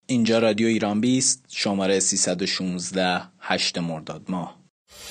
اینجا رادیو ایران 20 شماره 316 8 مرداد ماه.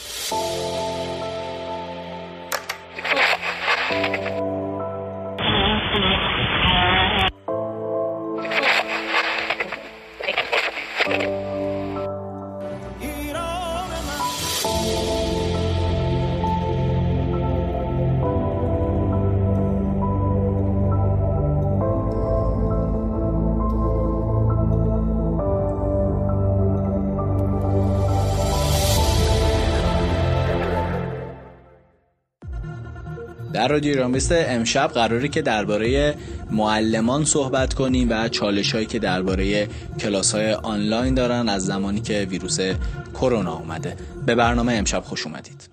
در رادیو ایران 20 امشب قراره که درباره معلمان صحبت کنیم و چالش‌هایی که درباره کلاس‌های آنلاین دارن از زمانی که ویروس کرونا اومده. به برنامه امشب خوش اومدید.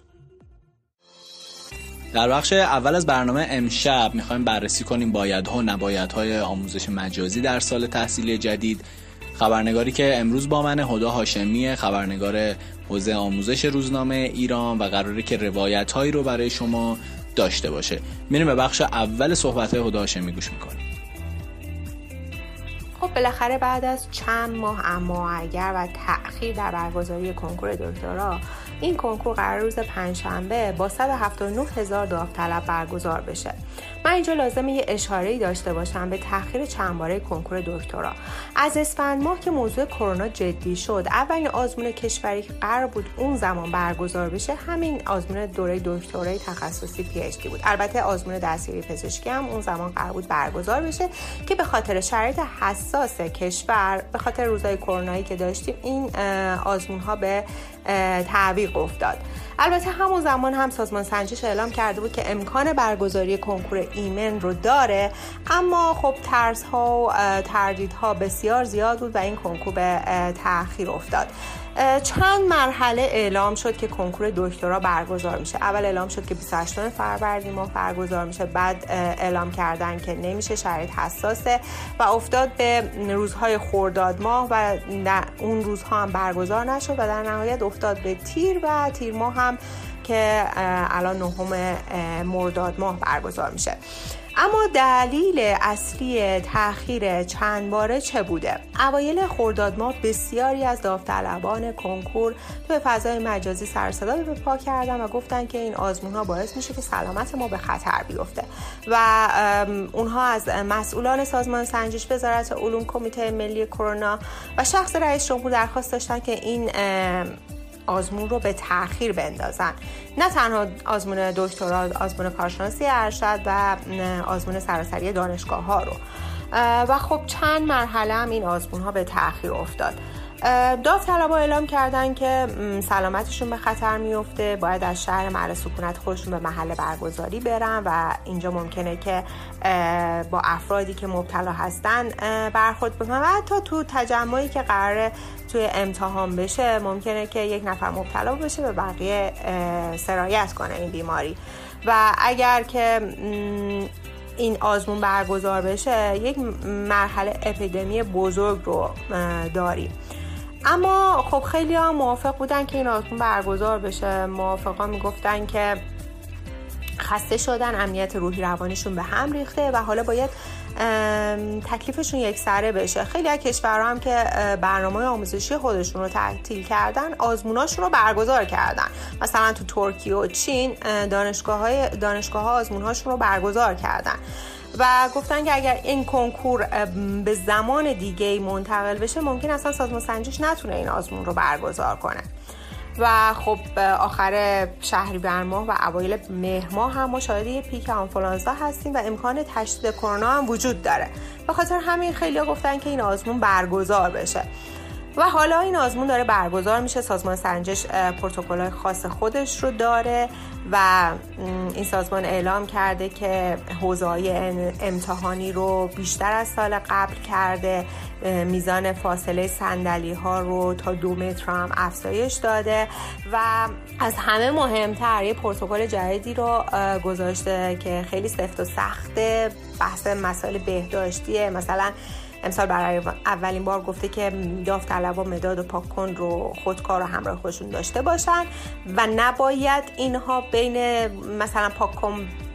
در بخش اول از برنامه امشب می‌خوایم بررسی کنیم بایدها و نبایدهای آموزش مجازی در سال تحصیلی جدید. خبرنگاری که امروز با من هدا هاشمی، خبرنگار حوزه آموزش روزنامه ایران، و قراره که روایت‌هایی رو برای شما داشته باشه. میریم به بخش اول صحبت‌های هدا هاشمی گوش می‌کنیم. خب بالاخره بعد از چند ماه اما اگر و تأخیر در برگزاری کنکور دکترا، این کنکور قرار روز پنجشنبه با 179,000 داوطلب برگزار بشه. من اینجا لازمه یه اشاره‌ای داشته باشم به تأخیر چند باره کنکور دکترا. از اسفند ماه که موضوع کرونا جدی شد، اولین آزمون کشوری که قرار بود اون زمان برگزار بشه همین آزمون دوره دکترای تخصصی PhD بود. البته آزمون دستیاری پزشکی هم اون زمان قرار بود برگزار بشه که به خاطر شرایط حساس کشور، به خاطر روزهای کرونایی که داشتیم، این آزمون‌ها به تعویق افتاد. البته همون زمان هم سازمان سنجش اعلام کرده بود که امکان برگزاری کنکور ایمن رو داره، اما خب ترس‌ها و تردیدها بسیار زیاد بود و این کنکور به تأخیر افتاد. چند مرحله اعلام شد که کنکور دکترا برگزار میشه. اول اعلام شد که 28 فروردین ماه برگزار میشه، بعد اعلام کردن که نمیشه، شرایط حساسه، و افتاد به روزهای خرداد ماه و اون روزها هم برگزار نشد و در نهایت افتاد به تیر و تیر ماه هم که الان 9 مرداد ماه برگزار میشه. اما دلیل اصلی تأخیر چند باره چه بوده؟ اوایل خرداد ماه بسیاری از داوطلبان کنکور تو فضای مجازی سر صدا به پا کردن و گفتن که این آزمون‌ها باعث میشه که سلامت ما به خطر بیفته و اونها از مسئولان سازمان سنجش، وزارت علوم، کمیته ملی کرونا و شخص رئیس جمهور درخواست داشتن که این آزمون رو به تأخیر بندازن. نه تنها آزمون دکترا، آزمون کارشناسی ارشد و آزمون سراسری دانشگاه‌ها رو. و خب چند مرحله هم این آزمون‌ها به تأخیر افتاد. داوطلبا اعلام کردن که سلامتشون به خطر میفته، باید از شهر محل سکونت خودشون به محل برگزاری برن و اینجا ممکنه که با افرادی که مبتلا هستن برخورد بکنن و حتی تو تجمعی که قراره توی امتحان بشه ممکنه که یک نفر مبتلا بشه و بقیه سرایت کنه این بیماری. و اگر که این آزمون برگزار بشه یک مرحله اپیدمی بزرگ رو داریم. اما خب خیلی ها موافق بودن که این آزمون برگزار بشه. موافقا میگفتن که خسته شدن، امنیت روحی روانیشون به هم ریخته و حالا باید تکلیفشون یکسره بشه. خیلی از کشورها هم که برنامه آموزشی خودشون رو تعطیل کردن، آزموناشون رو برگزار کردن. مثلا تو ترکیه و چین دانشگاه‌ها آزمونهاشون رو برگزار کردن و گفتن که اگر این کنکور به زمان دیگه منتقل بشه ممکن اصلا سازمان سنجش نتونه این آزمون رو برگزار کنه. و خب آخر شهریور ماه و اوایل مهر ماه هم ما شاهد یه پیک آنفولانزا هستیم و امکان تشدید کرونا هم وجود داره. به خاطر همین خیلی‌ها گفتن که این آزمون برگزار بشه و حالا این آزمون داره برگزار میشه. سازمان سنجش پروتکل‌های خاص خودش رو داره و این سازمان اعلام کرده که حوزه‌های امتحانی رو بیشتر از سال قبل کرده، میزان فاصله صندلی‌ها رو تا 2 متر هم افزایش داده و از همه مهمتر یه پروتکل جدیدی رو گذاشته که خیلی سفت و سخته، بحث مسائل بهداشتیه. مثلا امسال برای اولین بار گفته که داوطلبا مداد و پاک‌کن رو خودکار و همراه خودشون داشته باشن و نباید اینها بین مثلا پاک‌کن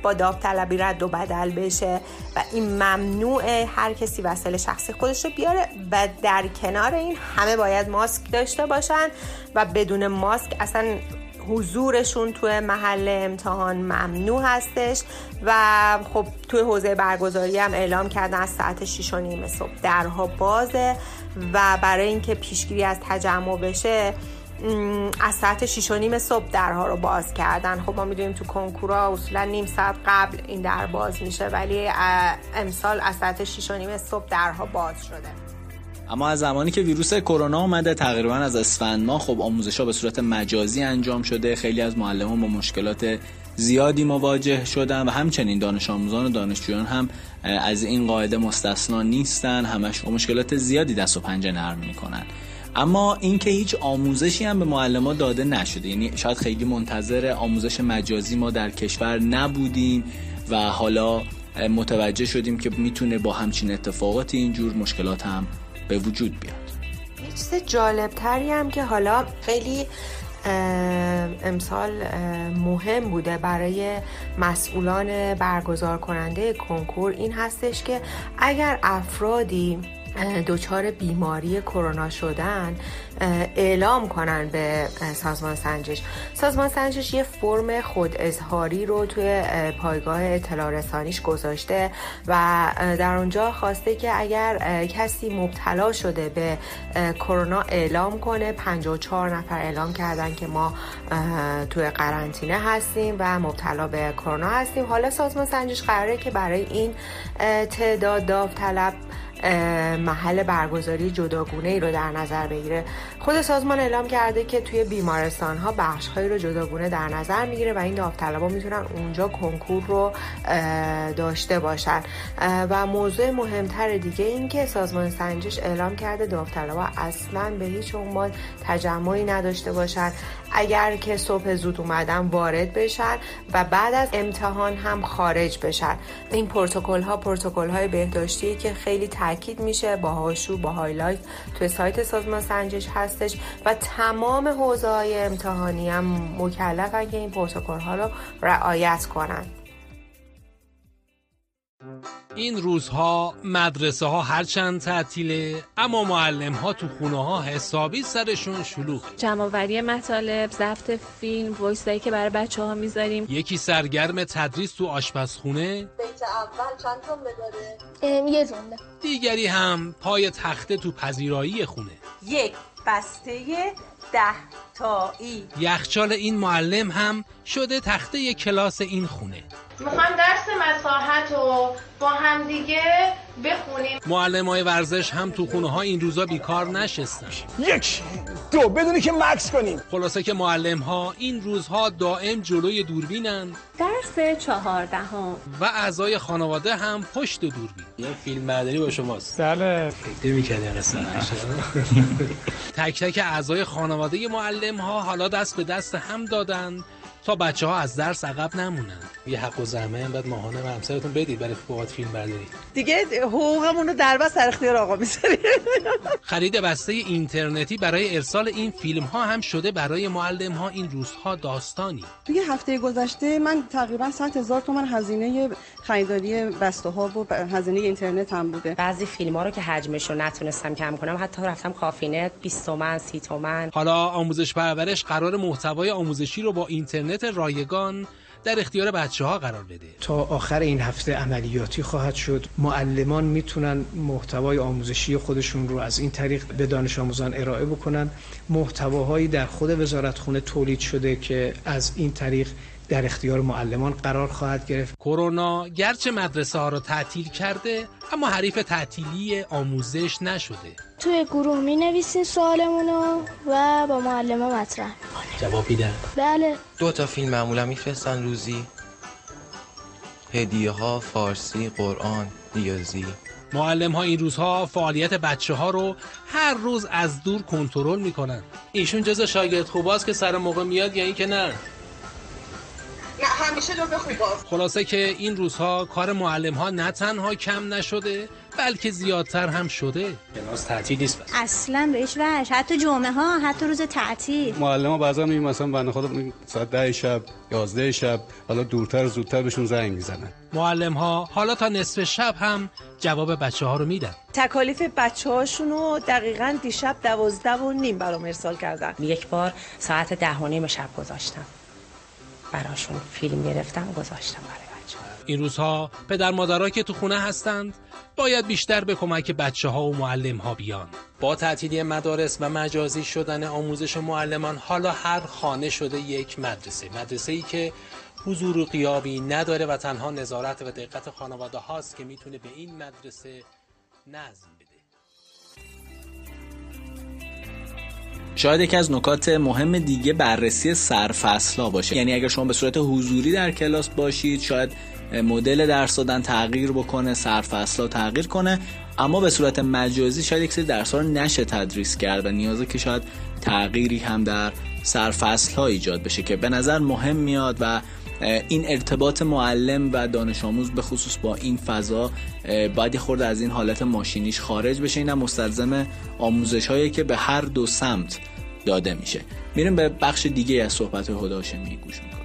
با داوطلبی رد و بدل بشه و این ممنوعه هر کسی وسایل شخصی خودش رو بیاره و در کنار این همه باید ماسک داشته باشن و بدون ماسک اصلا حضورشون توی محل امتحان ممنوع هستش. و خب توی حوزه برگزاری هم اعلام کردن از ساعت 6:30 صبح درها بازه و برای اینکه پیشگیری از تجمع بشه از ساعت 6:30 صبح درها رو باز کردن. خب ما میدونیم تو کنکورها اصولا نیم ساعت قبل این در باز میشه، ولی امسال از ساعت 6:30 صبح درها باز شده. اما از زمانی که ویروس کرونا اومده تقریبا از اسفند ماه خب آموزش‌ها به صورت مجازی انجام شده. خیلی از معلمان با مشکلات زیادی مواجه شدن و همچنین دانش آموزان و دانشجویان هم از این قاعده مستثنا نیستن، همش با مشکلات زیادی دست و پنجه نرم میکنن. اما اینکه هیچ آموزشی هم به معلمان داده نشده، یعنی شاید خیلی منتظر آموزش مجازی ما در کشور نبودیم و حالا متوجه شدیم که میتونه با همچین اتفاقاتی اینجور مشکلات هم به وجود بیاد. یه چیز جالبتری هم که حالا خیلی امسال مهم بوده برای مسئولان برگزار کننده کنکور این هستش که اگر افرادی دچار بیماری کرونا شدن اعلام کنن به سازمان سنجش. سازمان سنجش یه فرم خود اظهاری رو توی پایگاه اطلاع رسانیش گذاشته و در اونجا خواسته که اگر کسی مبتلا شده به کرونا اعلام کنه. 54 نفر اعلام کردن که ما توی قرنطینه هستیم و مبتلا به کرونا هستیم. حالا سازمان سنجش قراره که برای این تعداد داوطلب محل برگزاری جداگونه‌ای رو در نظر بگیره. خود سازمان اعلام کرده که توی بیمارستان‌ها بخش‌هایی رو جداگونه در نظر میگیره و این داوطلبا میتونن اونجا کنکور رو داشته باشن. و موضوع مهمتر دیگه این که سازمان سنجش اعلام کرده داوطلبا اصلاً به هیچ عنوان تجمعی نداشته باشن، اگر که صبح زود اومدن وارد بشن و بعد از امتحان هم خارج بشن. این پروتکل‌های بهداشتی که خیلی تاکید میشه با هاشو با هایلایت توی سایت سازمان سنجش هستش و تمام حوزه‌های امتحانی هم مکلفن که این پروتکل‌ها رو رعایت کنن. این روزها مدرسه ها هرچند تعطیله اما معلم ها تو خونه ها حسابی سرشون شلوغه. جمع‌آوری مطالب، ضبط فیلم، وایسایی که برای بچه ها میذاریم. یکی سرگرم تدریس تو آشپزخونه، بیت اول چند جمله داره؟ یه جمله. دیگری هم پای تخته تو پذیرایی خونه. یک بسته 10 تایی. یخچال این معلم هم شده تخته کلاس این خونه. میخوایم درس مساحت رو با هم دیگه بخونیم. معلمای ورزش هم تو خونه ها این روزا بیکار نشستن. 1 2 بدونی که مکس کنیم. خلاصه که معلم ها این روزها دائم جلوی دوربینن. درس 14 و اعضای خانواده هم پشت دوربین. یه فیلم برداری با شماست. بله. فکر می‌کردی اصلا. تک تک اعضای خانواده معلم ها حالا دست به دست هم دادن تا بچه ها از درس عقب نمونن. یه حق و زحمت بعد ماهانه به همسرتون بدید برای فوقات فیلم برداری. دیگه حقوقمون رو در بس در اختیار آقا میذاریم. خرید بسته اینترنتی برای ارسال این فیلم ها هم شده برای معلم ها این روزها داستانی. توی هفته گذشته من تقریبا 100,000 تومان هزینه خریداری بسته ها و هزینه اینترنت هم بوده. بعضی فیلم ها رو که حجمش رو نتونستم کم کنم حتی رفتم کافینت 20 تومن 30 تومن. حالا آموزش پرورش قرار محتوای آموزشی رو با اینترنت رایگان در اختیار بچه‌ها قرار بده. تا آخر این هفته عملیاتی خواهد شد. معلمان میتونن محتوای آموزشی خودشون رو از این طریق به دانش آموزان ارائه بکنن. محتواهایی در خود وزارتخونه تولید شده که از این طریق در اختیار معلمان قرار خواهد گرفت. کرونا گرچه مدرسه ها رو تعطیل کرده اما حریف تعطیلی آموزش نشده. توی گروه می نویسین سوالمونو و با معلم مطرح جواب میدن. بله. 2 تا فیلم معمولا میفرستن روزی. هدیه ها فارسی، قرآن، ریاضی. معلم ها این روزها فعالیت بچه ها رو هر روز از دور کنترل میکنن. ایشون جز شاگرد خوباست که سر موقع میاد یا این که نه؟ نه همیشه جزو خوباست. خلاصه که این روزها کار معلم‌ها نه تنها کم نشده بلکه زیادتر هم شده. کلاس تعطیل نیست بس. اصلا بهش وحش، حتی جمعه ها، حتی روز تعطیل. معلم‌ها بعضا میگن مثلا بنده خدا ساعت 10 شب 11 شب حالا دورتر زودتر بهشون زنگ میزنن. معلم‌ها حالا تا نصف شب هم جواب بچه‌ها رو میدن. تکالیف بچه‌هاشونو دقیقاً دیشب 12:30 برام ارسال کردن. یک بار ساعت 10:30 شب گذاشتم براشون، فیلم گرفتم گذاشتم برای بچه‌ها. این روزها پدر مادرها که تو خونه هستند باید بیشتر به کمک بچه‌ها و معلم‌ها بیان. با تعطیلی مدارس و مجازی شدن آموزش معلمان حالا هر خانه شده یک مدرسه‌ای که حضور و غیابی نداره و تنها نظارت و دقت خانواده هاست که میتونه به این مدرسه نظم بده. شاید یکی از نکات مهم دیگه بررسی سرفصل‌ها باشه. یعنی اگر شما به صورت حضوری در کلاس باشید شاید مدل درس دادن تغییر بکنه، سرفصل‌ها تغییر کنه، اما به صورت مجازی شاید یک سری درس‌ها رو نشه تدریس کرد و نیازه که شاید تغییری هم در سرفصل‌ها ایجاد بشه که به نظر مهم میاد و این ارتباط معلم و دانش آموز به خصوص با این فضا باید خورده از این حالت ماشینیش خارج بشه. اینم مستلزم آموزش‌هایی که به هر دو سمت داده میشه. میریم به بخش دیگه از صحبت هدی هاشمی گوش میکنیم.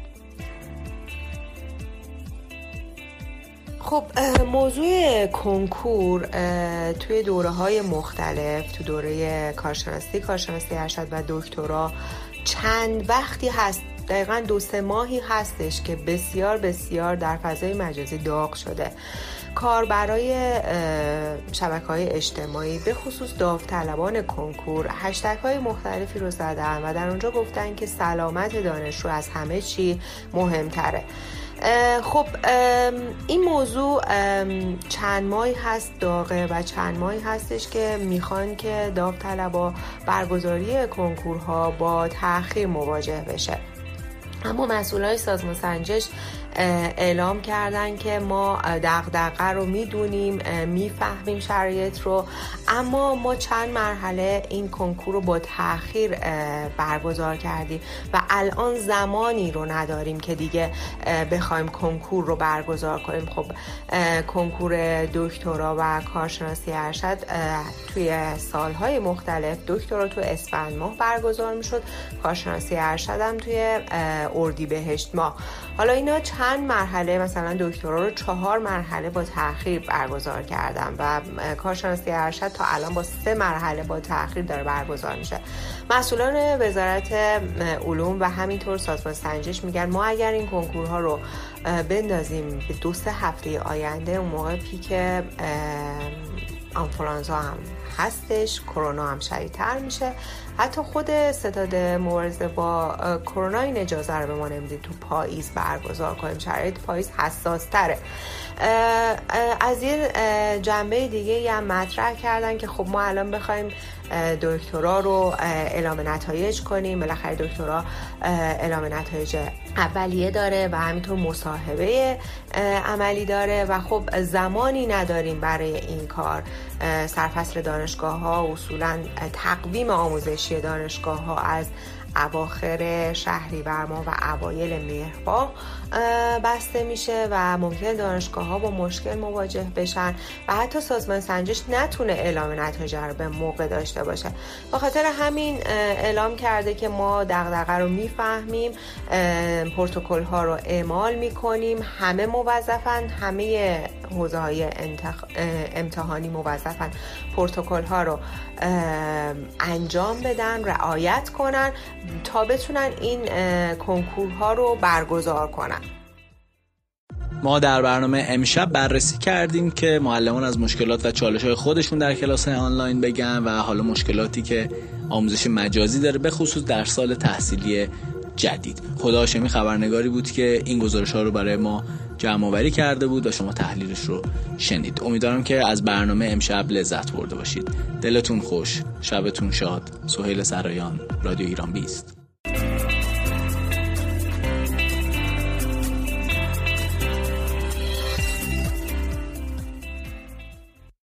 خب موضوع کنکور توی دوره‌های مختلف، تو دوره کارشناسی ارشد و دکترا چند وقتی هست، دقیقاً 2-3 ماهی هستش که بسیار بسیار در فضای مجازی داغ شده. کاربرای شبکه‌های اجتماعی به خصوص داوطلبان کنکور هشتگ‌های مختلفی رو زدن و در اونجا گفتن که سلامت دانشجو از همه چی مهمتره. خب این موضوع چند ماهی هست داغه و چند ماهی هستش که میخوان که داوطلبا برگزاری کنکورها با تأخیر مواجه بشه. اما مسئولای سازمان سنجش اعلام کردن که ما دغدغه رو میدونیم، میفهمیم شرایط رو، اما ما چند مرحله این کنکور رو با تأخیر برگزار کردیم و الان زمانی رو نداریم که دیگه بخوایم کنکور رو برگزار کنیم. خب کنکور دکترا و کارشناسی ارشد توی سالهای مختلف، دکترا تو اسفند ماه برگزار میشد، کارشناسی ارشد هم توی اردیبهشت ماه. حالا اینا چند مرحله، مثلا دکترا رو 4 مرحله با تأخیر برگزار کردن و کارشناسی ارشد تا الان با 3 مرحله با تأخیر داره برگزار میشه. مسئولان وزارت علوم و همینطور سازمان سنجش میگن ما اگر این کنکورها رو بندازیم به 2-3 هفته آینده، اون موقع پیک آنفولانزا هم هستش، کرونا هم شدیدتر میشه. حتی خود ستاد مبارزه با کرونا این اجازه رو به ما نمیده تو پاییز برگزار کنیم، شرایط پاییز حساس تره. از یه جنبه دیگه هم مطرح کردن که خب ما الان بخوایم دکترا رو اعلام نتایج کنیم، بالاخره دکترا اعلام نتایج اولیه داره و همینطور مصاحبه عملی داره و خب زمانی نداریم برای این کار. سرفصل دانشگاه ها اصولا تقویم آموزشی دانشگاه ها از اواخر شهریور ماه و اوایل مهر ماه بسته میشه و ممکن دانشگاه ها با مشکل مواجه بشن و حتی سازمان سنجش نتونه اعلام نتایج رو به موقع داشته باشه. به خاطر همین اعلام کرده که ما دغدغه رو میفهمیم، پروتکل ها رو اعمال میکنیم، همه موظفن، همه حوزه های امتحانی موظفن پروتکل ها رو انجام بدن، رعایت کنن تا بتونن این کنکورها رو برگزار کنن. ما در برنامه امشب بررسی کردیم که معلمان از مشکلات و چالش‌های خودشون در کلاس‌های آنلاین بگن و حالا مشکلاتی که آموزش مجازی داره به خصوص در سال تحصیلی جدید. هدی هاشمی خبرنگاری بود که این گزارش‌ها رو برای ما جمع‌آوری کرده بود و شما تحلیلش رو شنید. امیدوارم که از برنامه امشب لذت برده باشید. دلتون خوش، شبتون شاد. سهیل سرایان، رادیو ایران 20.